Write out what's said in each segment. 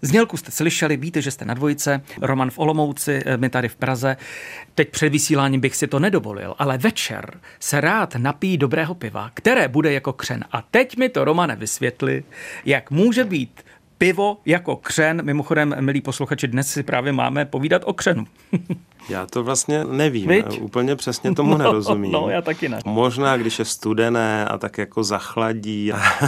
Znělku jste slyšeli, víte, že jste na dvojce, Roman v Olomouci, my tady v Praze. Teď před vysíláním bych si to nedovolil, ale večer se rád napíjí dobrého piva, které bude jako křen. A teď mi to, Romane, vysvětli, jak může být pivo jako křen. Mimochodem, milí posluchači, dnes si právě máme povídat o křenu. Já to vlastně nevím, úplně přesně tomu nerozumím. No, já taky ne. Možná, když je studené a tak jako zachladí,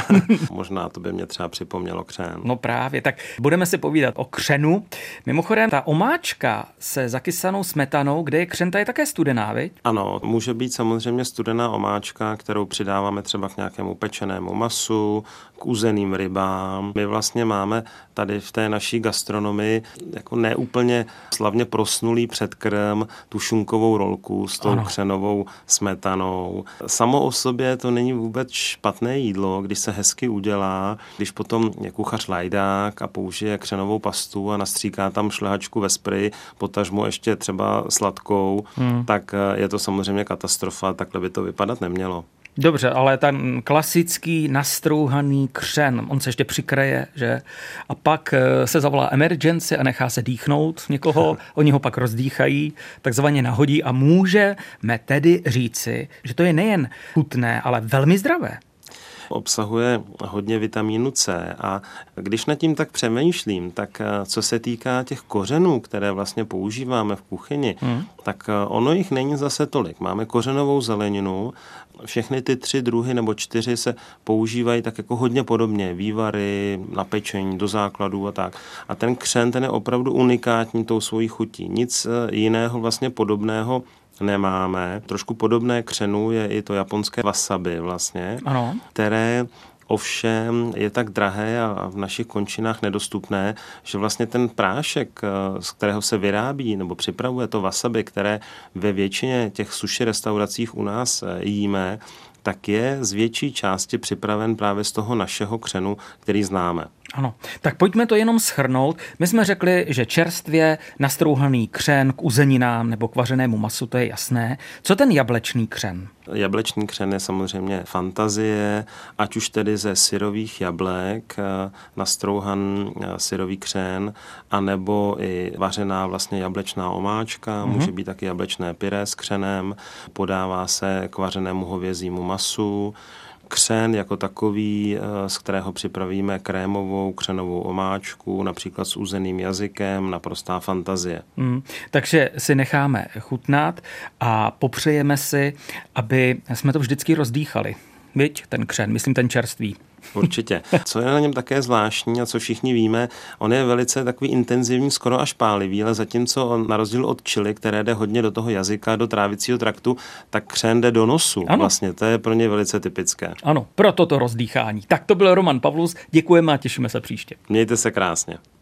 možná to by mě třeba připomnělo křen. No právě, tak budeme si povídat o křenu. Mimochodem, ta omáčka se zakysanou smetanou, kde je křen, ta je také studená, viď? Ano, může být samozřejmě studená omáčka, kterou přidáváme třeba k nějakému pečenému masu, k uzeným rybám. My vlastně máme tady v té naší gastronomii jako neúplně slavně prosnulý předkrm, tu šunkovou rolku s tou křenovou smetanou. Samo o sobě to není vůbec špatné jídlo, když se hezky udělá, když potom je kuchař lajdák a použije křenovou pastu a nastříká tam šlehačku ve spreji, potažmo ještě třeba sladkou, tak je to samozřejmě katastrofa, takhle by to vypadat nemělo. Dobře, ale ten klasický nastrouhaný křen, on se ještě přikryje, že? A pak se zavolá emergency a nechá se dýchnout někoho, oni ho pak rozdýchají, takzvaně nahodí a můžeme tedy říci, že to je nejen chutné, ale velmi zdravé. Obsahuje hodně vitamínu C a když nad tím tak přemýšlím, tak co se týká těch kořenů, které vlastně používáme v kuchyni, tak ono jich není zase tolik. Máme kořenovou zeleninu, všechny ty 3 druhy nebo 4 se používají tak jako hodně podobně. Vývary, na pečení, do základů a tak. A ten křen, ten je opravdu unikátní tou svojí chutí. Nic jiného vlastně podobného nemáme. Trošku podobné křenu je i to japonské wasabi vlastně, které ovšem je tak drahé a v našich končinách nedostupné, že vlastně ten prášek, z kterého se vyrábí nebo připravuje to wasabi, které ve většině těch sushi restauracích u nás jíme, tak je z větší části připraven právě z toho našeho křenu, který známe. Ano, tak pojďme to jenom shrnout. My jsme řekli, že čerstvě nastrouhaný křen k uzeninám nebo k vařenému masu, to je jasné. Co ten jablečný křen? Jablečný křen je samozřejmě fantazie, ať už tedy ze syrových jablek, nastrouhan syrový křen, anebo i vařená vlastně jablečná omáčka, může být taky jablečné pyré s křenem, podává se k vařenému hovězímu masu. Křen jako takový, z kterého připravíme krémovou křenovou omáčku, například s uzeným jazykem, naprostá fantazie. Takže si necháme chutnat a popřejeme si, aby jsme to vždycky rozdýchali. Viď, ten křen, myslím ten čerstvý. Určitě. Co je na něm také zvláštní a co všichni víme, on je velice takový intenzivní, skoro až pálivý, ale zatímco on na rozdíl od chili, které jde hodně do toho jazyka, do trávicího traktu, tak křen jde do nosu. Ano. Vlastně to je pro ně velice typické. Ano, proto to rozdýchání. Tak to byl Roman Pavlus, děkujeme a těšíme se příště. Mějte se krásně.